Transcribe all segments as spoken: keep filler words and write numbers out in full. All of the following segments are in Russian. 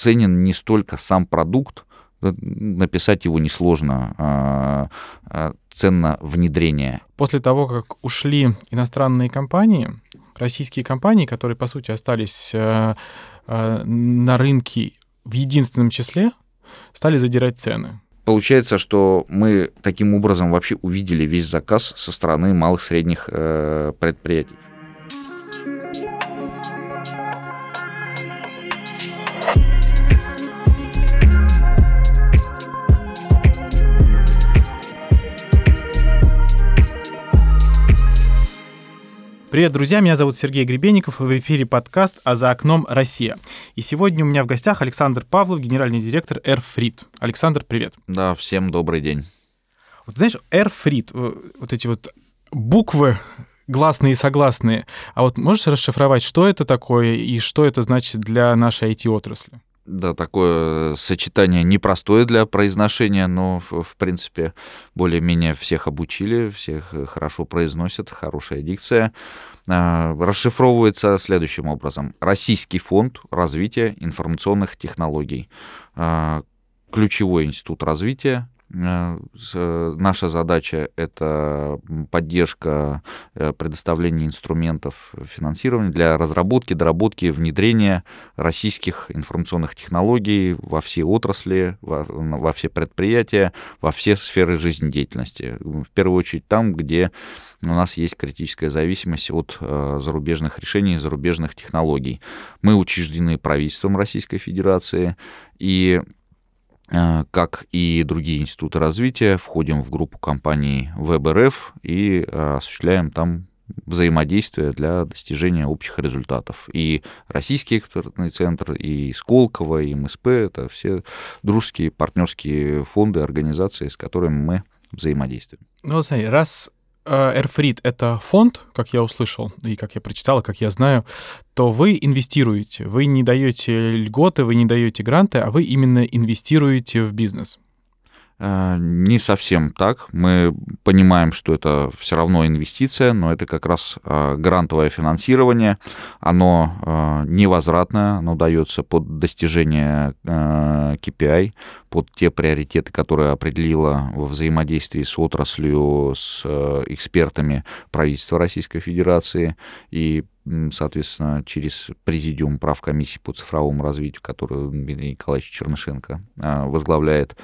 ценен не столько сам продукт, написать его несложно, а, а ценно внедрение. После того, как ушли иностранные компании, российские компании, которые, по сути, остались э, э, на рынке в единственном числе, стали задирать цены. Получается, что мы таким образом вообще увидели весь заказ со стороны малых и средних э, предприятий. Привет, друзья, меня зовут Сергей Гребенников, и в эфире подкаст «А за окном Россия». И сегодня у меня в гостях Александр Павлов, генеральный директор Airfrit. Александр, привет. Да, всем добрый день. Вот знаешь, Airfrit, вот эти вот буквы гласные и согласные, а вот можешь расшифровать, что это такое и что это значит для нашей ай ти-отрасли? Да, такое сочетание непростое для произношения, но, в, в принципе, более-менее всех обучили, всех хорошо произносят, хорошая дикция. А, расшифровывается следующим образом. Российский фонд развития информационных технологий. А, ключевой институт развития. Наша задача — это поддержка, предоставление инструментов финансирования для разработки, доработки, внедрения российских информационных технологий во все отрасли, во, во все предприятия, во все сферы жизнедеятельности. В первую очередь там, где у нас есть критическая зависимость от зарубежных решений, зарубежных технологий. Мы учреждены правительством Российской Федерации, и как и другие институты развития, входим в группу компаний ВЭБ-РФ и осуществляем там взаимодействие для достижения общих результатов. И Российский экспертный центр, и Сколково, и эм эс пэ — это все дружеские партнерские фонды, организации, с которыми мы взаимодействуем. Ну, смотри, раз Airfrit — это фонд, как я услышал, и как я прочитал, и как я знаю, то вы инвестируете. Вы не даете льготы, вы не даете гранты, а вы именно инвестируете в бизнес. Не совсем так. Мы понимаем, что это все равно инвестиция, но это как раз грантовое финансирование. Оно невозвратное, оно дается под достижение кей пи ай, под те приоритеты, которые определило во взаимодействии с отраслью, с экспертами правительства Российской Федерации и, соответственно, через Президиум прав комиссии по цифровому развитию, которую Дмитрий Николаевич Чернышенко возглавляет.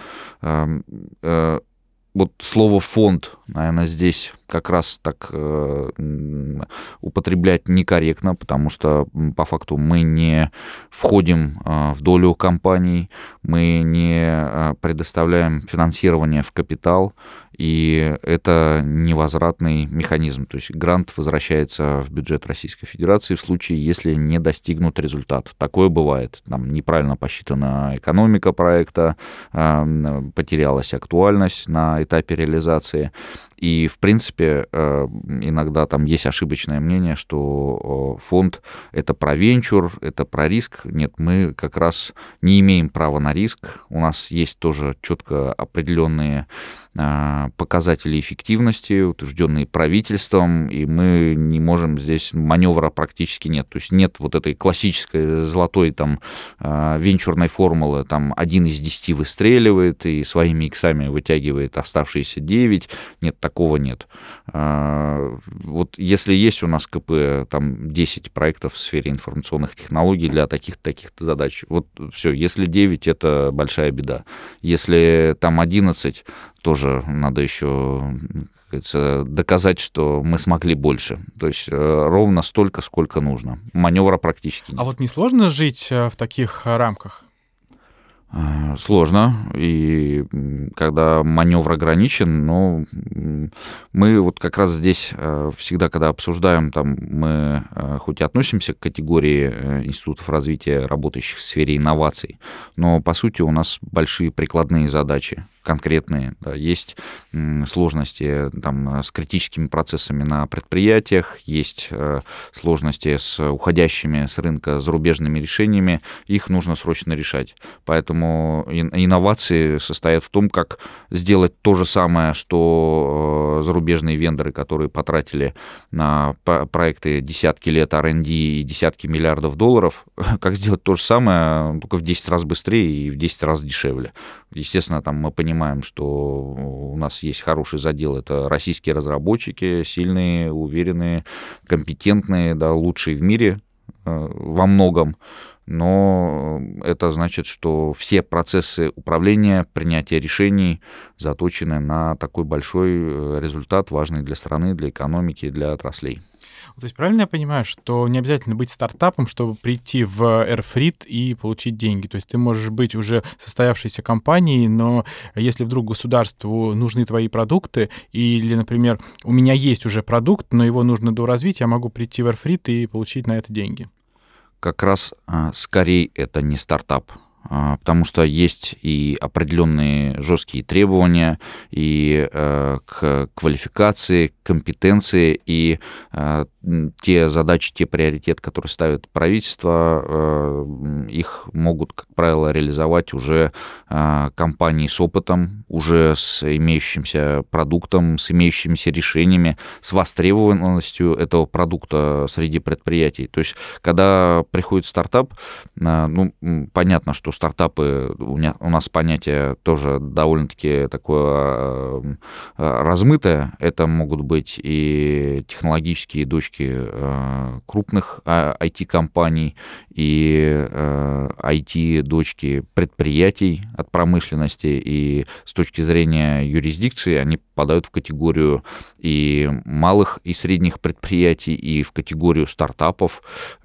Вот слово «фонд», наверное, здесь как раз так э, употреблять некорректно, потому что по факту мы не входим э, в долю компаний, мы не предоставляем финансирование в капитал, и это невозвратный механизм. То есть грант возвращается в бюджет Российской Федерации в случае, если не достигнут результат. Такое бывает. Там неправильно посчитана экономика проекта, э, потерялась актуальность на этапе реализации. И, в принципе, иногда там есть ошибочное мнение, что фонд — это про венчур, это про риск. Нет, мы как раз не имеем права на риск. У нас есть тоже четко определенные показатели эффективности, утвержденные правительством, и мы не можем здесь, маневра практически нет. То есть нет вот этой классической золотой там венчурной формулы, там один из десяти выстреливает и своими иксами вытягивает оставшиеся девять. Нет, такого нет. Вот если есть у нас КП, там десять проектов в сфере информационных технологий для таких-то таких-то задач, вот все, если девять, это большая беда. Если там одиннадцать, тоже надо еще, как говорится, доказать, что мы смогли больше. То есть ровно столько, сколько нужно. Маневра практически нет. А вот не сложно жить в таких рамках? Сложно, и когда маневр ограничен, но мы вот как раз здесь всегда, когда обсуждаем, там мы хоть и относимся к категории институтов развития, работающих в сфере инноваций, но по сути у нас большие прикладные задачи. конкретные, да, есть сложности там, с критическими процессами на предприятиях, есть э, сложности с уходящими с рынка зарубежными решениями, их нужно срочно решать. Поэтому инновации состоят в том, как сделать то же самое, что э, зарубежные вендоры, которые потратили на проекты десятки лет ар энд ди и десятки миллиардов долларов, как сделать то же самое, только в десять раз быстрее и в десять раз дешевле. Естественно, там мы понимаем, что у нас есть хороший задел, это российские разработчики, сильные, уверенные, компетентные, да, лучшие в мире э, во многом, но это значит, что все процессы управления, принятия решений заточены на такой большой результат, важный для страны, для экономики, для отраслей. То есть правильно я понимаю, что не обязательно быть стартапом, чтобы прийти в Airfrit и получить деньги? То есть ты можешь быть уже состоявшейся компанией, но если вдруг государству нужны твои продукты, или, например, у меня есть уже продукт, но его нужно доразвить, я могу прийти в Airfrit и получить на это деньги? Как раз скорее это не стартап. Потому что есть и определенные жесткие требования и э, к квалификации, к компетенции, и э, те задачи, те приоритеты, которые ставит правительство, э, их могут, как правило, реализовать уже э, компании с опытом, уже с имеющимся продуктом, с имеющимися решениями, с востребованностью этого продукта среди предприятий. То есть, когда приходит стартап, э, ну, понятно, что стартапы, у нас понятие тоже довольно-таки такое размытое. Это могут быть и технологические дочки крупных ай ти-компаний, и ай ти-дочки предприятий от промышленности. И с точки зрения юрисдикции они попадают в категорию и малых, и средних предприятий, и в категорию стартапов.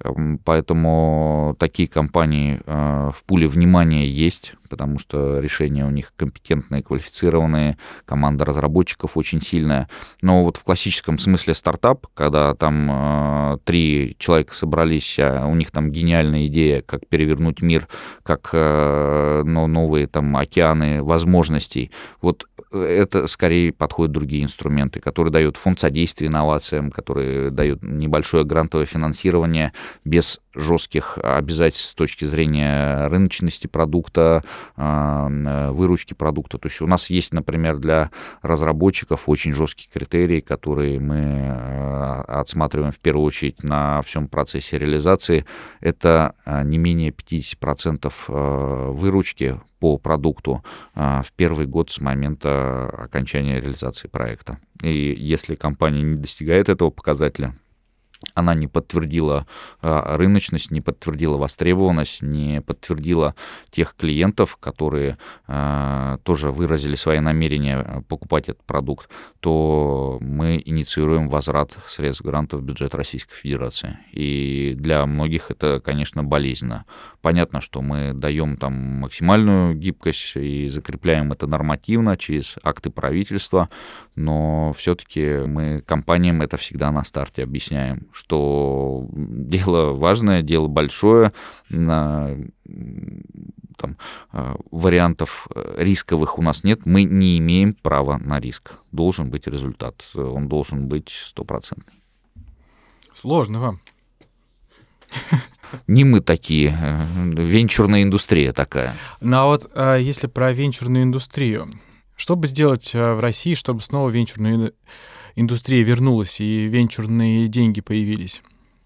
Поэтому такие компании в пуле внимания есть, потому что решения у них компетентные, квалифицированные, команда разработчиков очень сильная. Но вот в классическом смысле стартап, когда там э, три человека собрались, а у них там гениальная идея, как перевернуть мир, как э, ну, новые там океаны возможностей, вот это скорее подходят другие инструменты, которые дают фонд содействия инновациям, которые дают небольшое грантовое финансирование без жестких обязательств с точки зрения рыночности продукта, выручки продукта. То есть у нас есть, например, для разработчиков очень жесткие критерии, которые мы отсматриваем в первую очередь на всем процессе реализации. Это не менее пятьдесят процентов выручки по продукту в первый год с момента окончания реализации проекта. И если компания не достигает этого показателя, она не подтвердила рыночность, не подтвердила востребованность, не подтвердила тех клиентов, которые тоже выразили свои намерения покупать этот продукт, то мы инициируем возврат средств грантов в бюджет Российской Федерации. И для многих это, конечно, болезненно. Понятно, что мы даем там максимальную гибкость и закрепляем это нормативно через акты правительства, но все-таки мы компаниям это всегда на старте объясняем, что дело важное, дело большое, там, вариантов рисковых у нас нет, мы не имеем права на риск. Должен быть результат, он должен быть стопроцентный. Сложно вам. Не мы такие, венчурная индустрия такая. Ну а вот если про венчурную индустрию, что бы сделать в России, чтобы снова венчурная индустрия вернулась и венчурные деньги появились?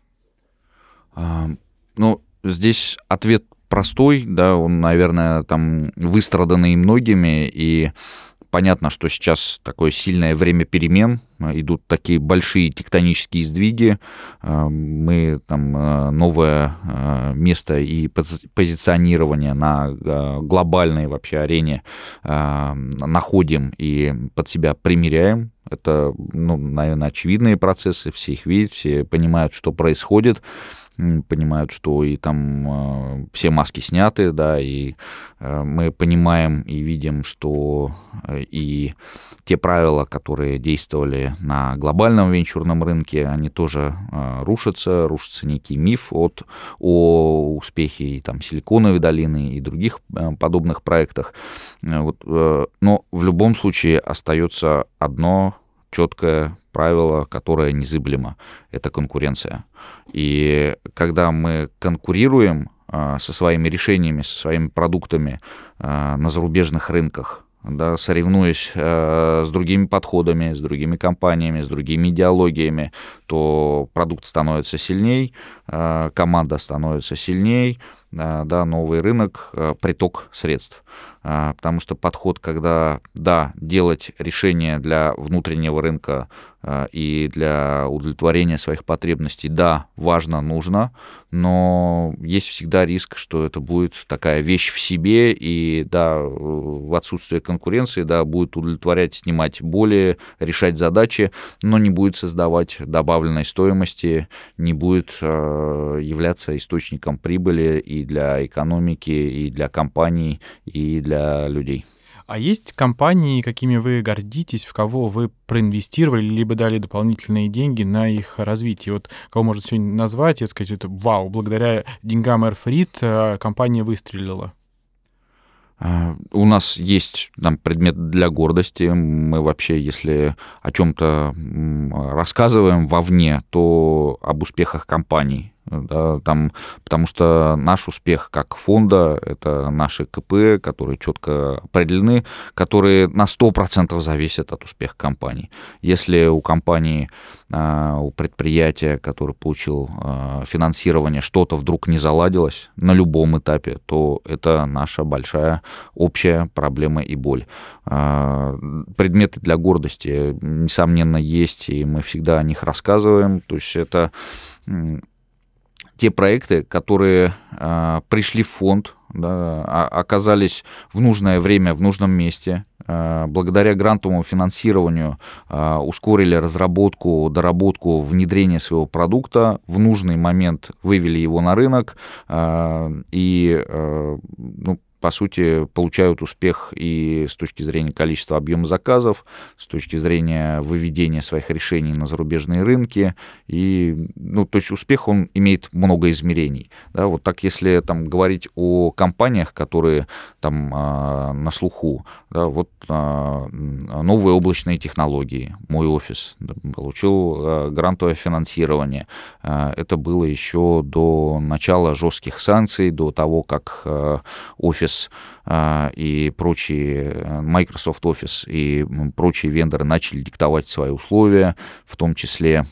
А, ну, здесь ответ простой, да, он, наверное, там выстраданный многими, и понятно, что сейчас такое сильное время перемен, идут такие большие тектонические сдвиги, мы там новое место и позиционирование на глобальной вообще арене находим и под себя примеряем. Это, ну, наверное, очевидные процессы, все их видят, все понимают, что происходит. понимают, что и там все маски сняты, да, и мы понимаем и видим, что и те правила, которые действовали на глобальном венчурном рынке, они тоже рушатся, рушится некий миф от, о успехе и там Силиконовой долины и других подобных проектах. Вот, но в любом случае остается одно четкое правило, которое незыблемо — это конкуренция. И когда мы конкурируем со своими решениями, со своими продуктами на зарубежных рынках, да, соревнуясь э, с другими подходами, с другими компаниями, с другими идеологиями, то продукт становится сильней, э, команда становится сильней, э, да, новый рынок, э, приток средств. Э, потому что подход, когда, да, делать решения для внутреннего рынка э, и для удовлетворения своих потребностей, да, важно, нужно, но есть всегда риск, что это будет такая вещь в себе, и, да, в отсутствии конкуренции, да, будет удовлетворять, снимать боли, решать задачи, но не будет создавать добавленной стоимости, не будет э, являться источником прибыли и для экономики, и для компаний, и для людей. А есть компании, какими вы гордитесь, в кого вы проинвестировали, либо дали дополнительные деньги на их развитие? Вот кого можно сегодня назвать и сказать, это вау, благодаря деньгам Airfrit компания выстрелила? У нас есть там предмет для гордости. Мы вообще, если о чем-то рассказываем вовне, то об успехах компаний. Да, там, потому что наш успех как фонда — это наши КП, которые четко определены, которые на сто процентов зависят от успеха компании. Если у компании, у предприятия, которое получил финансирование, что-то вдруг не заладилось на любом этапе, то это наша большая общая проблема и боль. Предметы для гордости, несомненно, есть, и мы всегда о них рассказываем. То есть это те проекты, которые э, пришли в фонд, да, оказались в нужное время, в нужном месте, э, благодаря грантовому финансированию э, ускорили разработку, доработку, внедрение своего продукта, в нужный момент вывели его на рынок э, и, э, ну, по сути, получают успех и с точки зрения количества объема заказов, с точки зрения выведения своих решений на зарубежные рынки. И, ну, то есть успех, он имеет много измерений. Да, вот так, если там говорить о компаниях, которые там на слуху, да, вот новые облачные технологии, мой офис получил грантовое финансирование. Это было еще до начала жестких санкций, до того, как офис и прочие, Microsoft Office и прочие вендоры начали диктовать свои условия, в том числе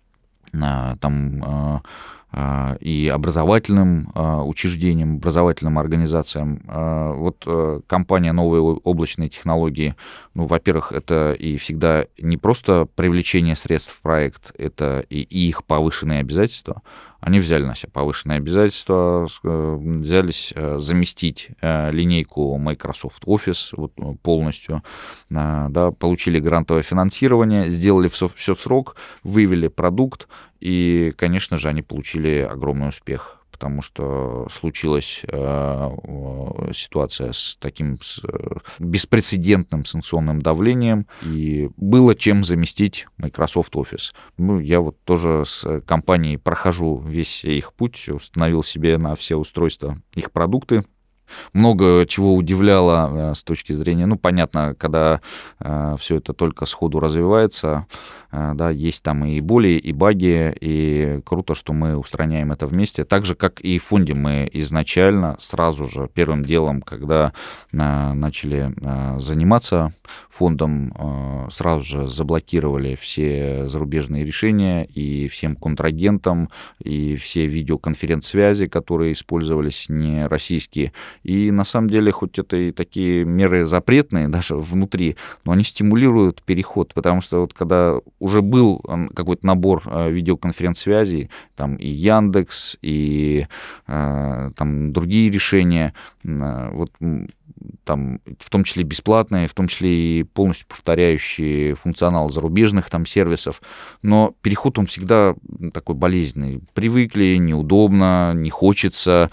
там и образовательным учреждениям, образовательным организациям. Вот компания «Новые облачные технологии», ну, во-первых, это и всегда не просто привлечение средств в проект, это и их повышенные обязательства. Они взяли на себя повышенные обязательства, взялись заместить линейку Microsoft Office вот, полностью, да, получили грантовое финансирование, сделали все, все в срок, вывели продукт, и, конечно же, они получили огромный успех, потому что случилась э, ситуация с таким с, беспрецедентным санкционным давлением, и было чем заместить Microsoft Office. Ну, я вот тоже с компанией прохожу весь их путь, установил себе на все устройства их продукты. Много чего удивляло с точки зрения, ну, понятно, когда э, все это только сходу развивается, э, да, есть там и боли, и баги, и круто, что мы устраняем это вместе. Так же, как и в фонде, мы изначально, сразу же, первым делом, когда э, начали э, заниматься фондом, э, сразу же заблокировали все зарубежные решения и всем контрагентам, и все видеоконференц-связи, которые использовались, не российские. И на самом деле, хоть это и такие меры запретные даже внутри, но они стимулируют переход, потому что вот когда уже был какой-то набор видеоконференц-связей, там и Яндекс, и э, там другие решения, вот там, в том числе бесплатные, в том числе и полностью повторяющие функционал зарубежных там сервисов, но переход он всегда такой болезненный. Привыкли, неудобно, не хочется.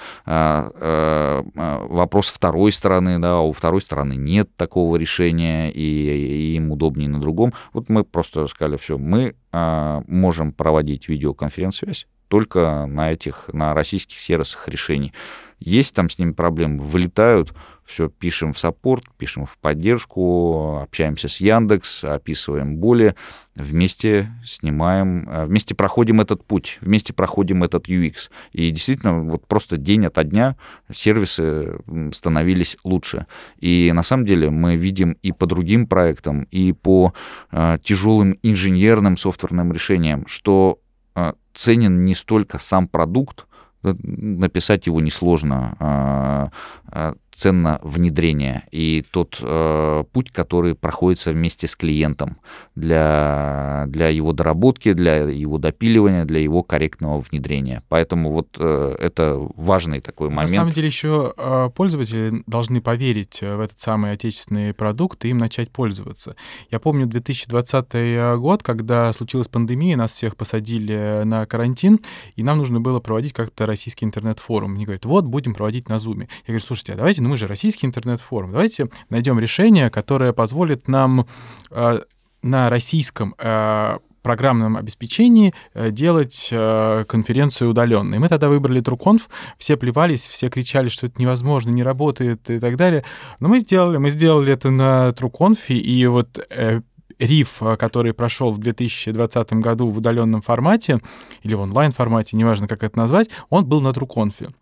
Вопрос второй стороны, да, а у второй стороны нет такого решения, и, и им удобнее на другом. Вот мы просто сказали, все, мы можем проводить видеоконференц-связь только на этих, на российских сервисах решений. Есть там с ними проблемы, вылетают, все, пишем в саппорт, пишем в поддержку, общаемся с Яндекс, описываем боли, вместе снимаем, вместе проходим этот путь, вместе проходим этот ю экс. И действительно, вот просто день ото дня сервисы становились лучше. И на самом деле мы видим и по другим проектам, и по э, тяжелым инженерным софтверным решениям, что э, ценен не столько сам продукт, написать его несложно, ценно внедрение и тот э, путь, который проходится вместе с клиентом для, для его доработки, для его допиливания, для его корректного внедрения. Поэтому вот э, это важный такой момент. На самом деле еще э, пользователи должны поверить в этот самый отечественный продукт и им начать пользоваться. Я помню две тысячи двадцатый год, когда случилась пандемия, нас всех посадили на карантин, и нам нужно было проводить как-то российский интернет-форум. Мне говорят, вот, будем проводить на Zoom. Я говорю, слушайте, а давайте, ну мы же российский интернет-форум, давайте найдем решение, которое позволит нам э, на российском э, программном обеспечении э, делать э, конференцию удаленной. Мы тогда выбрали TrueConf, все плевались, все кричали, что это невозможно, не работает и так далее. Но мы сделали, мы сделали это на TrueConf, и вот э, риф, который прошел в две тысячи двадцатом году в удаленном формате или в онлайн-формате, неважно, как это назвать, он был на TrueConf.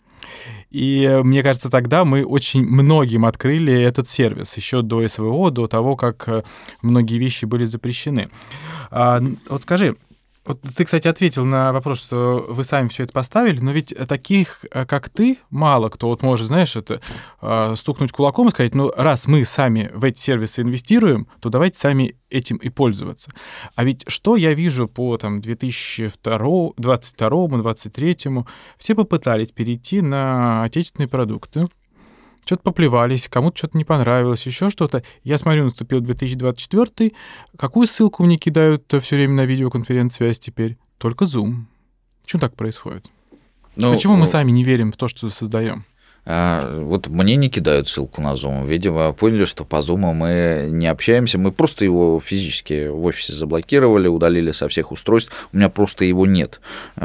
И мне кажется, тогда мы очень многим открыли этот сервис, еще до эс вэ о, до того, как многие вещи были запрещены. А, вот скажи, вот ты, кстати, ответил на вопрос, что вы сами все это поставили, но ведь таких, как ты, мало кто вот может, знаешь, это стукнуть кулаком и сказать, ну, раз мы сами в эти сервисы инвестируем, то давайте сами этим и пользоваться. А ведь что я вижу по там, две тысячи двадцать второму, двадцать третьему, все попытались перейти на отечественные продукты, что-то поплевались, кому-то что-то не понравилось, еще что-то. Я смотрю, наступил две тысячи двадцать четвёртый. Какую ссылку мне кидают все время на видеоконференц-связь теперь? Только Zoom. Почему так происходит? Ну, Почему мы сами не верим в то, что создаем? Вот мне не кидают ссылку на Zoom. Видимо, поняли, что по Zoom мы не общаемся. Мы просто его физически в офисе заблокировали, удалили со всех устройств. У меня просто его нет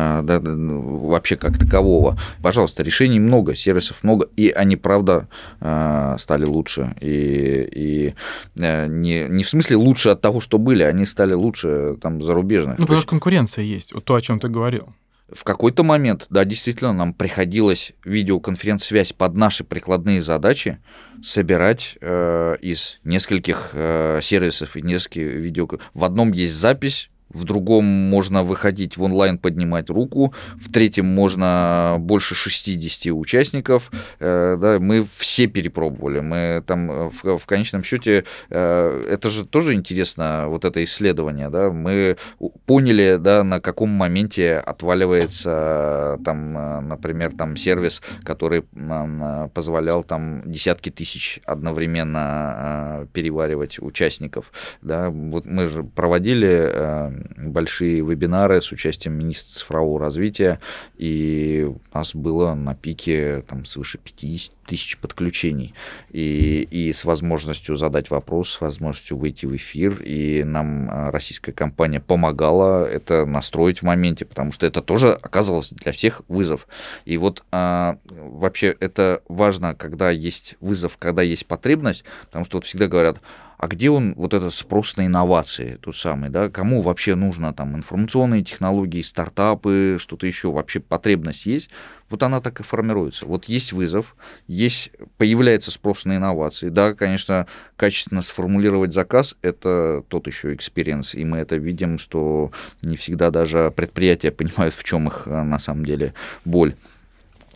вообще как такового. Пожалуйста, решений много, сервисов много, и они, правда, стали лучше. И, и не, не в смысле лучше от того, что были, они стали лучше там зарубежных. Ну, потому что конкуренция есть, вот то, о чем ты говорил. В какой-то момент, да, действительно, нам приходилось видеоконференц-связь под наши прикладные задачи собирать э, из нескольких э, сервисов и нескольких видео. В одном есть запись, в другом можно выходить в онлайн, поднимать руку, в третьем можно больше шестьдесят участников, да, мы все перепробовали, мы там в, в конечном счете, это же тоже интересно, вот это исследование, да, мы поняли, да, на каком моменте отваливается там, например, там сервис, который позволял там десятки тысяч одновременно переваривать участников, да, вот мы же проводили большие вебинары с участием министра цифрового развития, и у нас было на пике там, свыше пятьдесят тысяч подключений, и, и с возможностью задать вопрос, с возможностью выйти в эфир, и нам российская компания помогала это настроить в моменте, потому что это тоже оказывалось для всех вызов. И вот а, вообще это важно, когда есть вызов, когда есть потребность, потому что вот всегда говорят, а где он, вот этот спрос на инновации, тот самый, да, кому вообще нужно там информационные технологии, стартапы, что-то еще, вообще потребность есть, вот она так и формируется. Вот есть вызов, есть, появляется спрос на инновации, да, конечно, качественно сформулировать заказ – это тот еще экспириенс, и мы это видим, что не всегда даже предприятия понимают, в чем их на самом деле боль.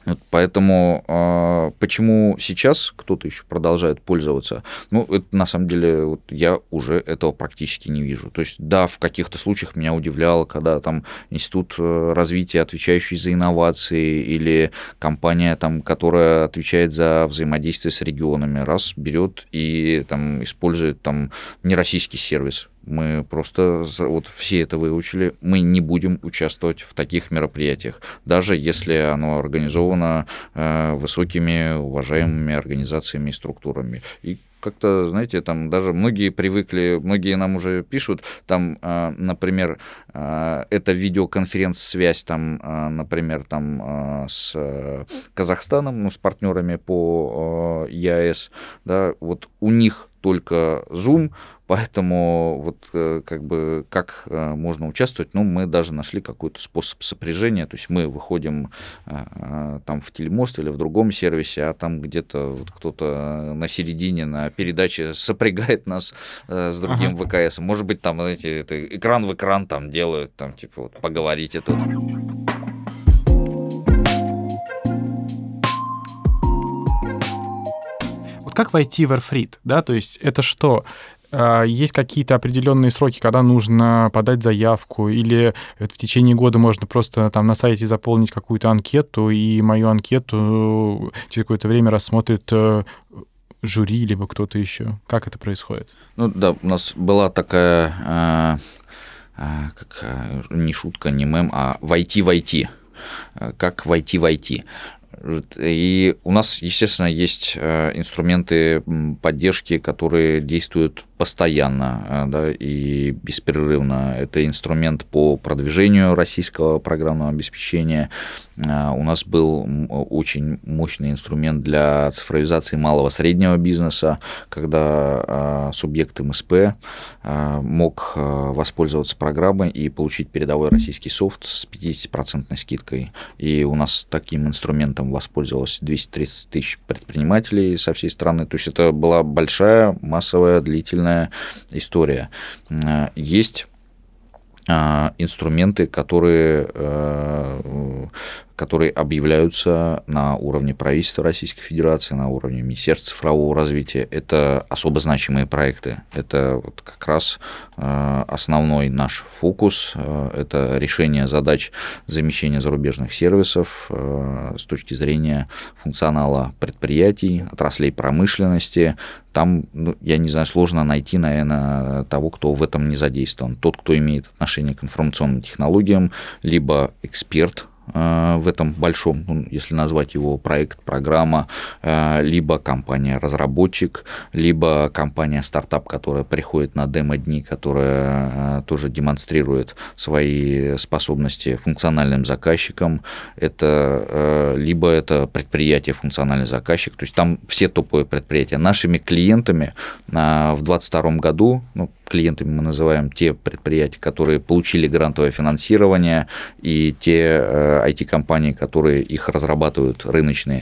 Вот поэтому э, почему сейчас кто-то еще продолжает пользоваться, ну, это на самом деле вот я уже этого практически не вижу. То есть, да, в каких-то случаях меня удивляло, когда там институт развития, отвечающий за инновации, или компания, там, которая отвечает за взаимодействие с регионами, раз берет и там, использует там, нероссийский сервис. Мы просто вот все это выучили, мы не будем участвовать в таких мероприятиях, даже если оно организовано э, высокими, уважаемыми организациями и структурами. И как-то, знаете, там даже многие привыкли, многие нам уже пишут, там, э, например, э, это видеоконференц-связь, там, э, например, там, э, с Казахстаном, ну, с партнерами по э, ЕАЭС, да, вот у них только Zoom, поэтому вот как бы как можно участвовать, ну, мы даже нашли какой-то способ сопряжения, то есть мы выходим там в Телемост или в другом сервисе, а там где-то вот кто-то на середине на передаче сопрягает нас с другим ага. ВКС, может быть, там, знаете, это экран в экран там делают, там, типа, вот, поговорите тут. Как войти в Airfreed, да, то есть это что? Есть какие-то определенные сроки, когда нужно подать заявку, или в течение года можно просто там на сайте заполнить какую-то анкету, и мою анкету через какое-то время рассмотрит жюри, либо кто-то еще? Как это происходит? Ну да, у нас была такая, э, э, как, не шутка, не мем, а войти войти. Как войти войти. И у нас, естественно, есть инструменты поддержки, которые действуют постоянно, да, и беспрерывно. Это инструмент по продвижению российского программного обеспечения. У нас был очень мощный инструмент для цифровизации малого и среднего бизнеса, когда субъект эм эс пэ мог воспользоваться программой и получить передовой российский софт с пятидесятипроцентной скидкой. И у нас таким инструментом воспользовалось двести тридцать тысяч предпринимателей со всей страны. То есть это была большая, массовая, длительная история. Есть инструменты, которые, которые объявляются на уровне правительства Российской Федерации, на уровне Министерства цифрового развития. Это особо значимые проекты. Это вот как раз основной наш фокус. Это решение задач замещения зарубежных сервисов с точки зрения функционала предприятий, отраслей промышленности. Там, ну, я не знаю, сложно найти, наверное, того, кто в этом не задействован. Тот, кто имеет отношение к информационным технологиям, либо эксперт в этом большом, ну, если назвать его проект, программа, либо компания-разработчик, либо компания-стартап, которая приходит на демо-дни, которая тоже демонстрирует свои способности функциональным заказчикам, это, либо это предприятие, функциональный заказчик, то есть там все топовые предприятия. Нашими клиентами в двадцать втором году, ну, клиентами мы называем те предприятия, которые получили грантовое финансирование, и те ай ти-компании, которые их разрабатывают, рыночные,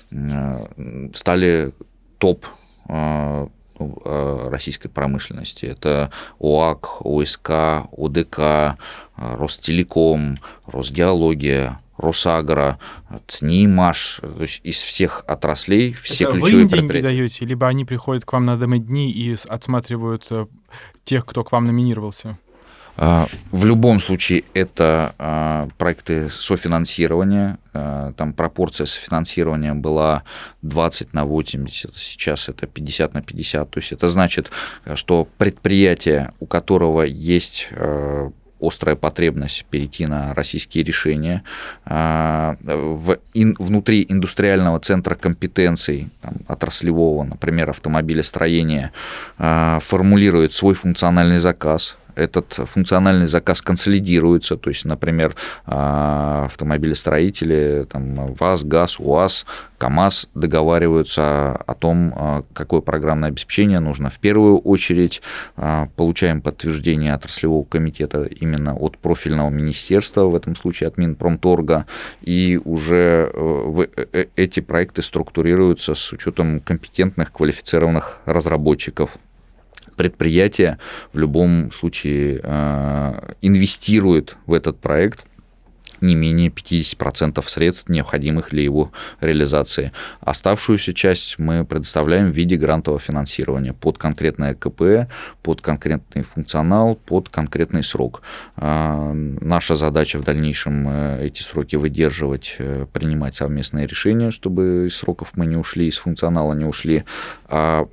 стали топ российской промышленности. Это ОАК, ОСК, ОДК, Ростелеком, Росгеология, Росагро, ЦНИИМАШ, то есть из всех отраслей, все это ключевые предприятия. Вы им деньги предприятия. даете, либо они приходят к вам на демо-дни и отсматривают тех, кто к вам номинировался? В любом случае это проекты софинансирования, там пропорция софинансирования была двадцать на восемьдесят, сейчас это пятьдесят на пятьдесят, то есть это значит, что предприятие, у которого есть острая потребность перейти на российские решения, в ин, внутри индустриального центра компетенций там, отраслевого, например, автомобилестроения, формулирует свой функциональный заказ. Этот функциональный заказ консолидируется, то есть, например, автомобилестроители, там, ВАЗ, ГАЗ, УАЗ, КАМАЗ договариваются о том, какое программное обеспечение нужно. В первую очередь получаем подтверждение отраслевого комитета именно от профильного министерства, в этом случае от Минпромторга, и уже эти проекты структурируются с учетом компетентных, квалифицированных разработчиков. Предприятие в любом случае инвестирует в этот проект не менее пятьдесят процентов средств, необходимых для его реализации. Оставшуюся часть мы предоставляем в виде грантового финансирования под конкретное КП, под конкретный функционал, под конкретный срок. Наша задача в дальнейшем эти сроки выдерживать, принимать совместные решения, чтобы из сроков мы не ушли, из функционала не ушли, а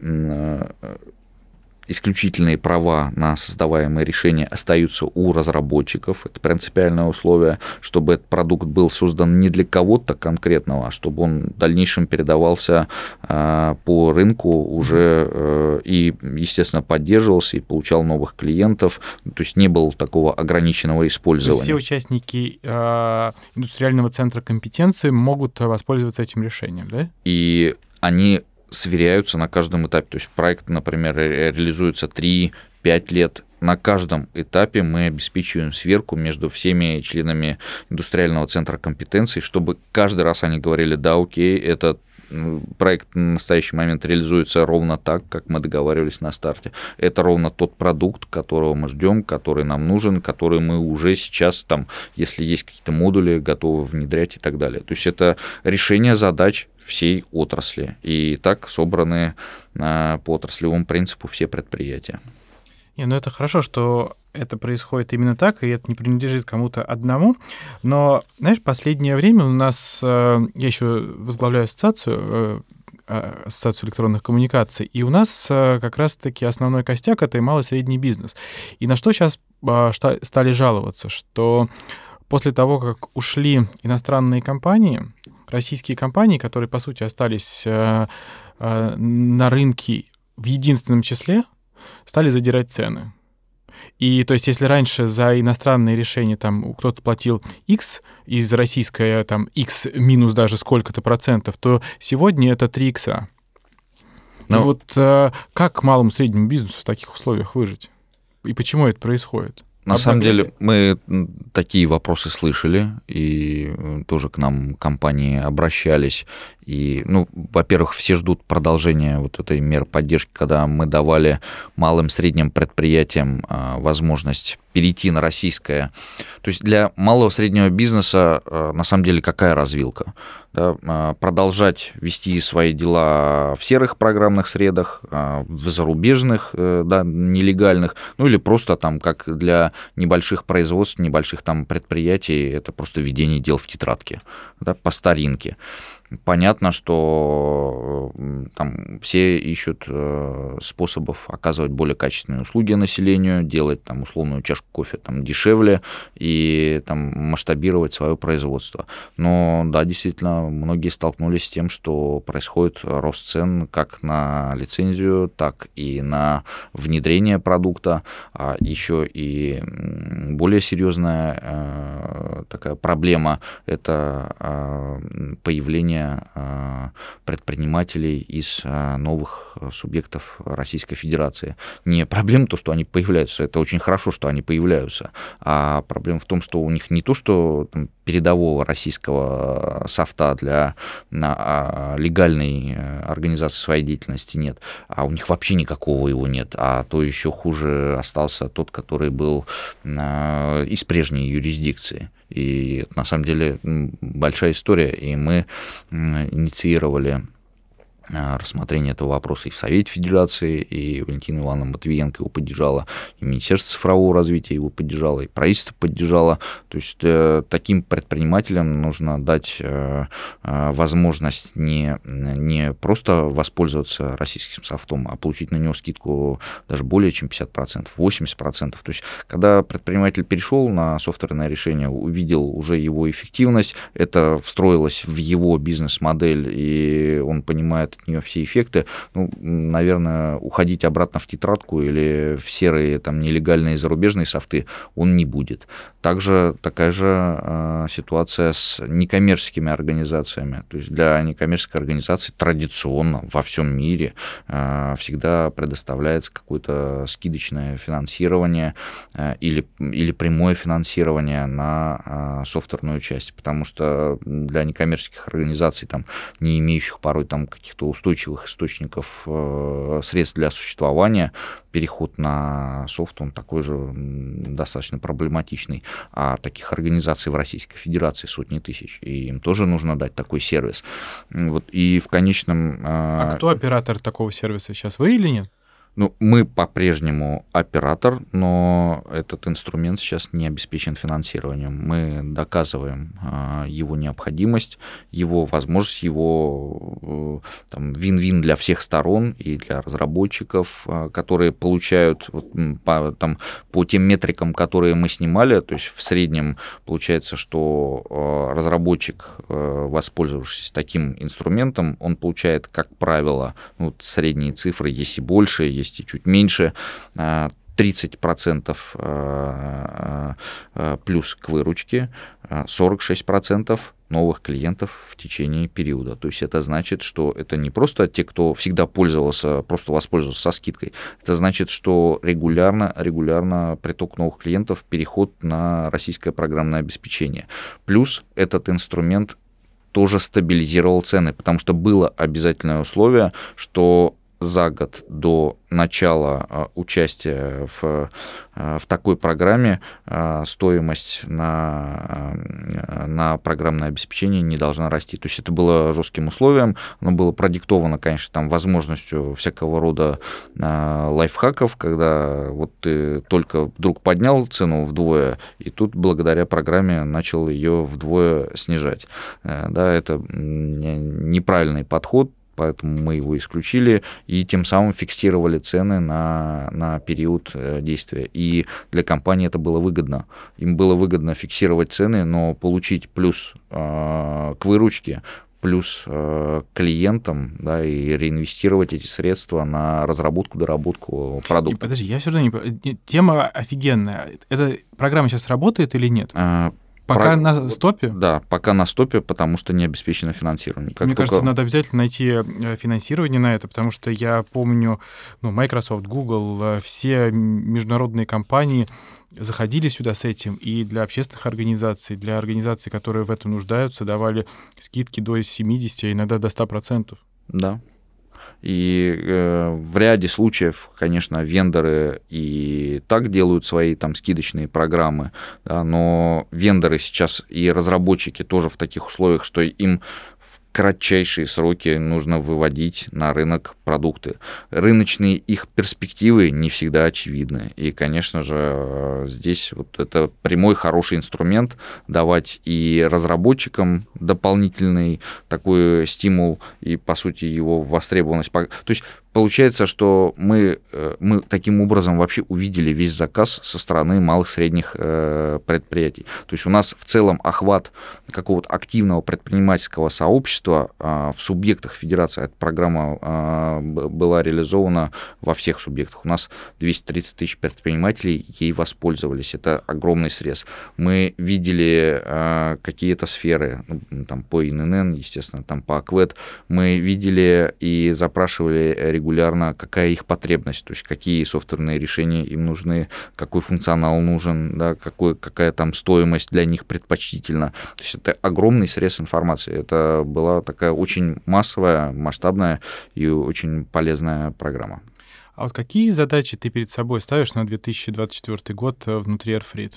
исключительные права на создаваемые решения остаются у разработчиков. Это принципиальное условие, чтобы этот продукт был создан не для кого-то конкретного, а чтобы он в дальнейшем передавался по рынку уже и, естественно, поддерживался и получал новых клиентов. То есть не было такого ограниченного использования. То есть все участники индустриального центра компетенции могут воспользоваться этим решением, да? И они сверяются на каждом этапе. То есть проект, например, реализуется три-пять лет. На каждом этапе мы обеспечиваем сверку между всеми членами индустриального центра компетенций, чтобы каждый раз они говорили: да, окей, этот проект на настоящий момент реализуется ровно так, как мы договаривались на старте. Это ровно тот продукт, которого мы ждем, который нам нужен, который мы уже сейчас, там, если есть какие-то модули, готовы внедрять и так далее. То есть это решение задач всей отрасли. И так собраны по отраслевому принципу все предприятия. Не, ну это хорошо, что это происходит именно так, и это не принадлежит кому-то одному. Но, знаешь, в последнее время у нас, я еще возглавляю ассоциацию, ассоциацию электронных коммуникаций, и у нас как раз-таки основной костяк — это и малый и средний бизнес. И на что сейчас стали жаловаться, что после того, как ушли иностранные компании, российские компании, которые, по сути, остались на рынке в единственном числе, стали задирать цены. И то есть если раньше за иностранные решения там кто-то платил X, и за российское там X минус даже сколько-то процентов, то сегодня это три икса. Но... И вот а, как малому и среднему бизнесу в таких условиях выжить? И почему это происходит? На Однако... самом деле мы такие вопросы слышали, и тоже к нам компании обращались. И, ну, во-первых, все ждут продолжения вот этой меры поддержки, когда мы давали малым и средним предприятиям возможность перейти на российское. То есть для малого и среднего бизнеса на самом деле какая развилка? Да, продолжать вести свои дела в серых программных средах, в зарубежных, да, нелегальных, ну или просто там как для небольших производств, небольших там предприятий, это просто ведение дел в тетрадке, да, по старинке. Понятно, что там все ищут способов оказывать более качественные услуги населению, делать там условную чашку кофе там дешевле и там масштабировать свое производство. Но да, действительно, многие столкнулись с тем, что происходит рост цен как на лицензию, так и на внедрение продукта. А еще и более серьезная такая проблема – это появление предпринимателей из новых субъектов Российской Федерации. Не проблема то, что они появляются, это очень хорошо, что они появляются, а проблема в том, что у них не то, что там, передового российского софта для легальной организации своей деятельности нет, а у них вообще никакого его нет, а то еще хуже остался тот, который был из прежней юрисдикции. И это, на самом деле, большая история, и мы инициировали рассмотрение этого вопроса и в Совете Федерации, и Валентина Ивановна Матвиенко его поддержала, и Министерство цифрового развития его поддержало, и правительство поддержало. То есть э, таким предпринимателям нужно дать э, возможность не, не просто воспользоваться российским софтом, а получить на него скидку даже более чем пятьдесят процентов, восемьдесят процентов. То есть когда предприниматель перешел на софтверное решение, увидел уже его эффективность, это встроилось в его бизнес-модель, и он понимает от нее все эффекты, ну, наверное, уходить обратно в тетрадку или в серые там нелегальные зарубежные софты он не будет. Также такая же э, ситуация с некоммерческими организациями. То есть для некоммерческой организации традиционно во всем мире э, всегда предоставляется какое-то скидочное финансирование э, или, или прямое финансирование на э, софтверную часть, потому что для некоммерческих организаций, там, не имеющих порой там каких-то каких-то устойчивых источников средств для существования, переход на софт, он такой же достаточно проблематичный. А таких организаций в Российской Федерации сотни тысяч, и им тоже нужно дать такой сервис. Вот, и в конечном... А кто оператор такого сервиса сейчас, вы или нет? Ну, мы по-прежнему оператор, но этот инструмент сейчас не обеспечен финансированием. Мы доказываем э, его необходимость, его возможность, его э, там, вин-вин для всех сторон, и для разработчиков, э, которые получают вот, по, там, по тем метрикам, которые мы снимали, то есть в среднем получается, что э, разработчик, э, воспользовавшись таким инструментом, он получает, как правило, ну, средние цифры, есть и больше, есть и чуть меньше, тридцать процентов плюс к выручке, сорок шесть процентов новых клиентов в течение периода. То есть это значит, что это не просто те, кто всегда пользовался, просто воспользовался со скидкой. Это значит, что регулярно, регулярно приток новых клиентов, переход на российское программное обеспечение. Плюс этот инструмент тоже стабилизировал цены, потому что было обязательное условие, что за год до начала участия в, в такой программе стоимость на, на программное обеспечение не должна расти. То есть это было жестким условием, оно было продиктовано, конечно, там, возможностью всякого рода лайфхаков, когда вот ты только вдруг поднял цену вдвое, и тут благодаря программе начал ее вдвое снижать. Да, это неправильный подход, поэтому мы его исключили и тем самым фиксировали цены на, на период действия. И для компании это было выгодно. Им было выгодно фиксировать цены, но получить плюс э, к выручке, плюс э, клиентам, да, и реинвестировать эти средства на разработку, доработку продукта. И, подожди, я все равно не... Тема офигенная. Эта программа сейчас работает или нет? А, Пока Про... на стопе? Да, пока на стопе, потому что не обеспечено финансирование. Как Мне только... кажется, надо обязательно найти финансирование на это, потому что я помню, ну, Microsoft, Google, все международные компании заходили сюда с этим, и для общественных организаций, для организаций, которые в этом нуждаются, давали скидки до семидесяти, а иногда до ста процентов. Да. И э, в ряде случаев, конечно, вендоры и так делают свои там скидочные программы, да, но вендоры сейчас и разработчики тоже в таких условиях, что им в кратчайшие сроки нужно выводить на рынок продукты. Рыночные их перспективы не всегда очевидны. И, конечно же, здесь вот это прямой хороший инструмент давать и разработчикам дополнительный такой стимул и, по сути, его востребованность. То есть получается, что мы, мы таким образом вообще увидели весь заказ со стороны малых и средних предприятий. То есть у нас в целом охват какого-то активного предпринимательского сообщества в субъектах федерации. Эта программа была реализована во всех субъектах. У нас двести тридцать тысяч предпринимателей ей воспользовались. Это огромный срез. Мы видели какие-то сферы, там, по эн эн эн, естественно, там, по АКВЭД. Мы видели и запрашивали регулярно, какая их потребность, то есть какие софтверные решения им нужны, какой функционал нужен, да, какой, какая там стоимость для них предпочтительна. То есть это огромный срез информации. Это была такая очень массовая, масштабная и очень полезная программа. А вот какие задачи ты перед собой ставишь на две тысячи двадцать четвёртый год внутри Airfreed?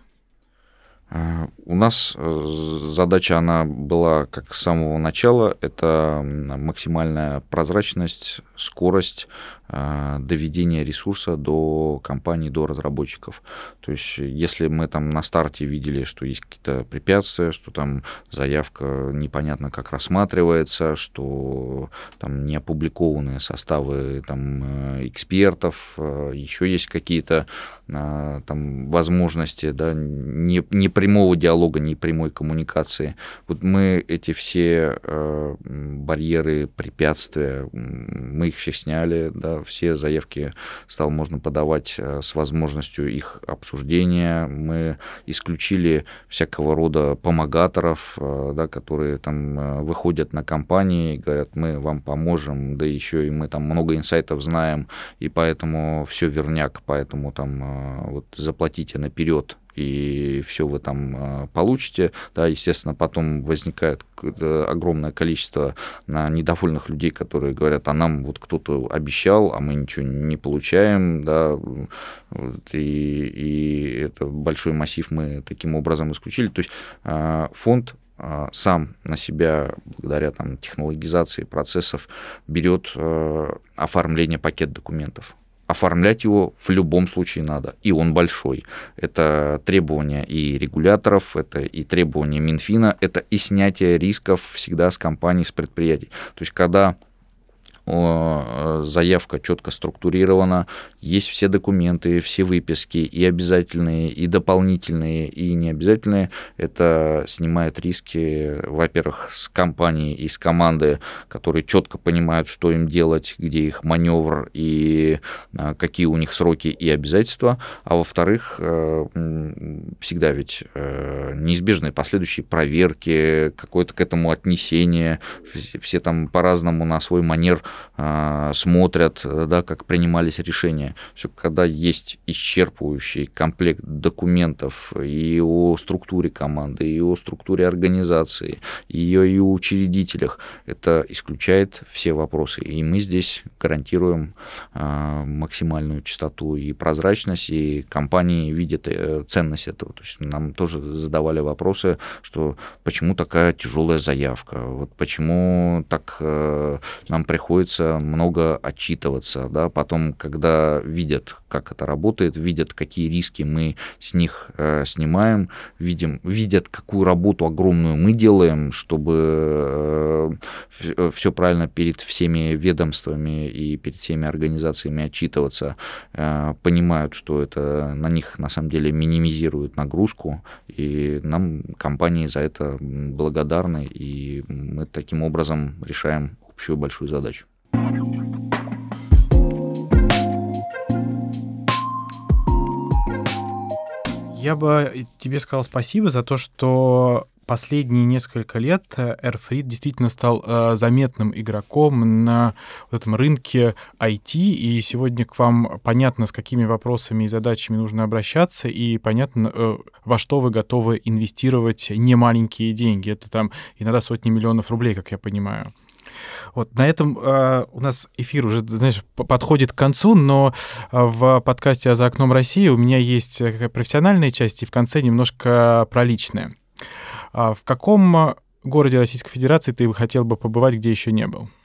У нас задача, она была как с самого начала, это максимальная прозрачность, скорость доведения ресурса до компаний, до разработчиков. То есть если мы там на старте видели, что есть какие-то препятствия, что там заявка непонятно как рассматривается, что там не опубликованные составы там экспертов, еще есть какие-то там возможности, да, не, не прямого диалога, не прямой коммуникации. Вот мы эти все э, барьеры, препятствия, мы их всех сняли, да, все заявки стало можно подавать с возможностью их обсуждения. Мы исключили всякого рода помогаторов, э, да, которые там выходят на компании и говорят, мы вам поможем, да еще и мы там много инсайтов знаем, и поэтому все верняк, поэтому там э, вот заплатите наперед и все вы там получите. Да, естественно, потом возникает огромное количество недовольных людей, которые говорят, а нам вот кто-то обещал, а мы ничего не получаем, да, и, и это большой массив мы таким образом исключили. То есть фонд сам на себя, благодаря там, технологизации процессов, берет э, оформление пакет документов. Оформлять его в любом случае надо, и он большой. Это требования и регуляторов, это и требования Минфина, это и снятие рисков всегда с компаний, с предприятий. То есть, когда заявка четко структурирована, есть все документы, все выписки, и обязательные, и дополнительные, и необязательные. Это снимает риски, во-первых, с компании и с команды, которые четко понимают, что им делать, где их маневр и какие у них сроки и обязательства. А во-вторых, всегда ведь неизбежные последующие проверки, какое-то к этому отнесение, все там по-разному на свой манер смотрят, да, как принимались решения. Все, когда есть исчерпывающий комплект документов и о структуре команды, и о структуре организации, и ее и о учредителях, это исключает все вопросы. И мы здесь гарантируем максимальную чистоту и прозрачность, и компании видят ценность этого. То есть нам тоже задавали вопросы, что почему такая тяжелая заявка, вот почему так нам приходится много отчитываться, да, потом, когда видят, как это работает, видят, какие риски мы с них э, снимаем, видим, видят, какую работу огромную мы делаем, чтобы э, все правильно перед всеми ведомствами и перед всеми организациями отчитываться, э, понимают, что это на них на самом деле минимизирует нагрузку, и нам компании за это благодарны, и мы таким образом решаем общую большую задачу. Я бы тебе сказал спасибо за то, что последние несколько лет Airfrit действительно стал э, заметным игроком на вот этом рынке ай ти, и сегодня к вам понятно, с какими вопросами и задачами нужно обращаться, и понятно, э, во что вы готовы инвестировать немаленькие деньги. Это там иногда сотни миллионов рублей, как я понимаю. Вот на этом э, у нас эфир уже, знаешь, подходит к концу, но в подкасте «А за окном России» у меня есть профессиональная часть, и в конце немножко про личное. А в каком городе Российской Федерации ты бы хотел бы побывать, где еще не был?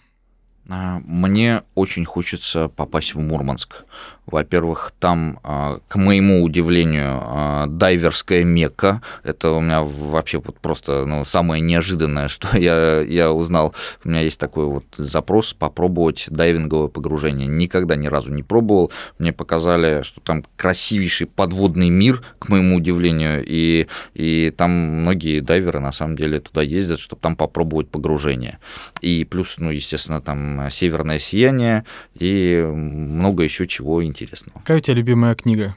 Мне очень хочется попасть в Мурманск. Во-первых, там, к моему удивлению, дайверская Мекка. Это у меня вообще вот просто ну, самое неожиданное, что я, я узнал. У меня есть такой вот запрос попробовать дайвинговое погружение. Никогда ни разу не пробовал. Мне показали, что там красивейший подводный мир, к моему удивлению, и, и там многие дайверы на самом деле туда ездят, чтобы там попробовать погружение. И плюс, ну, естественно, там «Северное сияние» и много еще чего интересного. Какая у тебя любимая книга?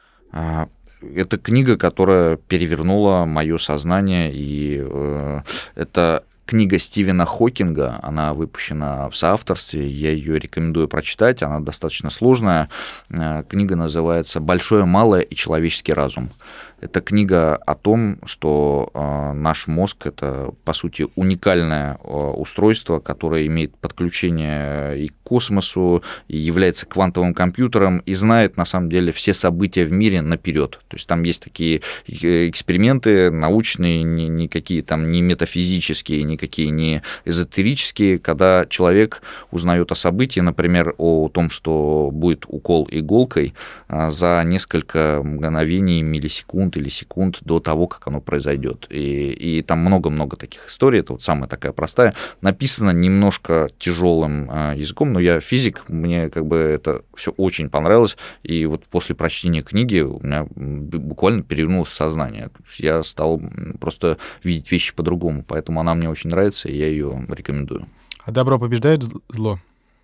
Это книга, которая перевернула мое сознание, и э, это книга Стивена Хокинга, она выпущена в соавторстве, я ее рекомендую прочитать, она достаточно сложная. Книга называется «Большое, малое и человеческий разум». Это книга о том, что наш мозг – это, по сути, уникальное устройство, которое имеет подключение и к космосу, и является квантовым компьютером, и знает, на самом деле, все события в мире наперед. То есть там есть такие эксперименты научные, никакие там не метафизические, никакие не эзотерические, когда человек узнает о событии, например, о том, что будет укол иголкой за несколько мгновений, миллисекунд, или секунд до того, как оно произойдет. И, и там много-много таких историй, это вот самая такая простая. Написано немножко тяжелым языком, но я физик, мне как бы это все очень понравилось, и вот после прочтения книги у меня буквально перевернулось сознание. Я стал просто видеть вещи по-другому, поэтому она мне очень нравится, и я ее рекомендую. А добро побеждает зло?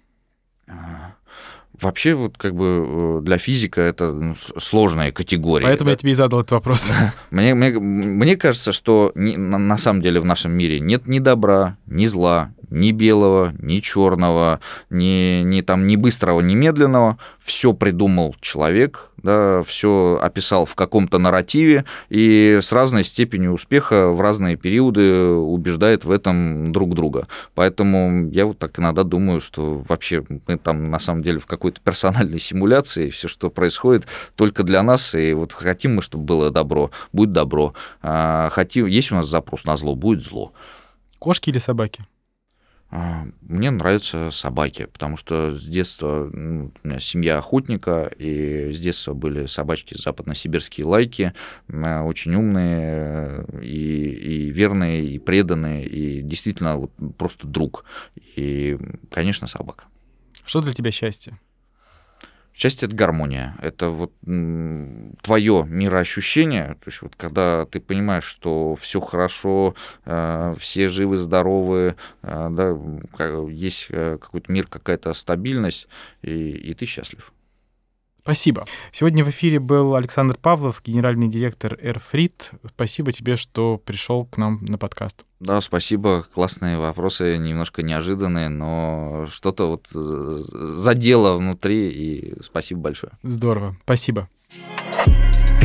Вообще, вот как бы для физика это сложная категория. Поэтому да? я тебе и задал этот вопрос. Мне, мне, мне кажется, что не, на, на самом деле в нашем мире нет ни добра, ни зла, ни белого, ни черного, ни, ни, там, ни быстрого, ни медленного. Все придумал человек да, все описал в каком-то нарративе и с разной степенью успеха в разные периоды убеждает в этом друг друга. Поэтому я вот так иногда думаю, что вообще мы там на самом деле в какой-то персональной симуляции, все, что происходит, только для нас, и вот хотим мы, чтобы было добро, будет добро. Хотим, есть у нас запрос на зло, будет зло. Кошки или собаки? Мне нравятся собаки, потому что с детства ну, у меня семья охотника, и с детства были собачки западносибирские лайки, очень умные, и, и верные, и преданные, и действительно вот, просто друг. И, конечно, собака. Что для тебя счастье? Счастье — это гармония, это вот твое мироощущение, то есть вот когда ты понимаешь, что все хорошо, все живы, здоровы, да, есть какой-то мир, какая-то стабильность, и, и ты счастлив. Спасибо. Сегодня в эфире был Александр Павлов, генеральный директор Airfrit. Спасибо тебе, что пришел к нам на подкаст. Да, спасибо. Классные вопросы, немножко неожиданные, но что-то вот задело внутри, и спасибо большое. Здорово. Спасибо.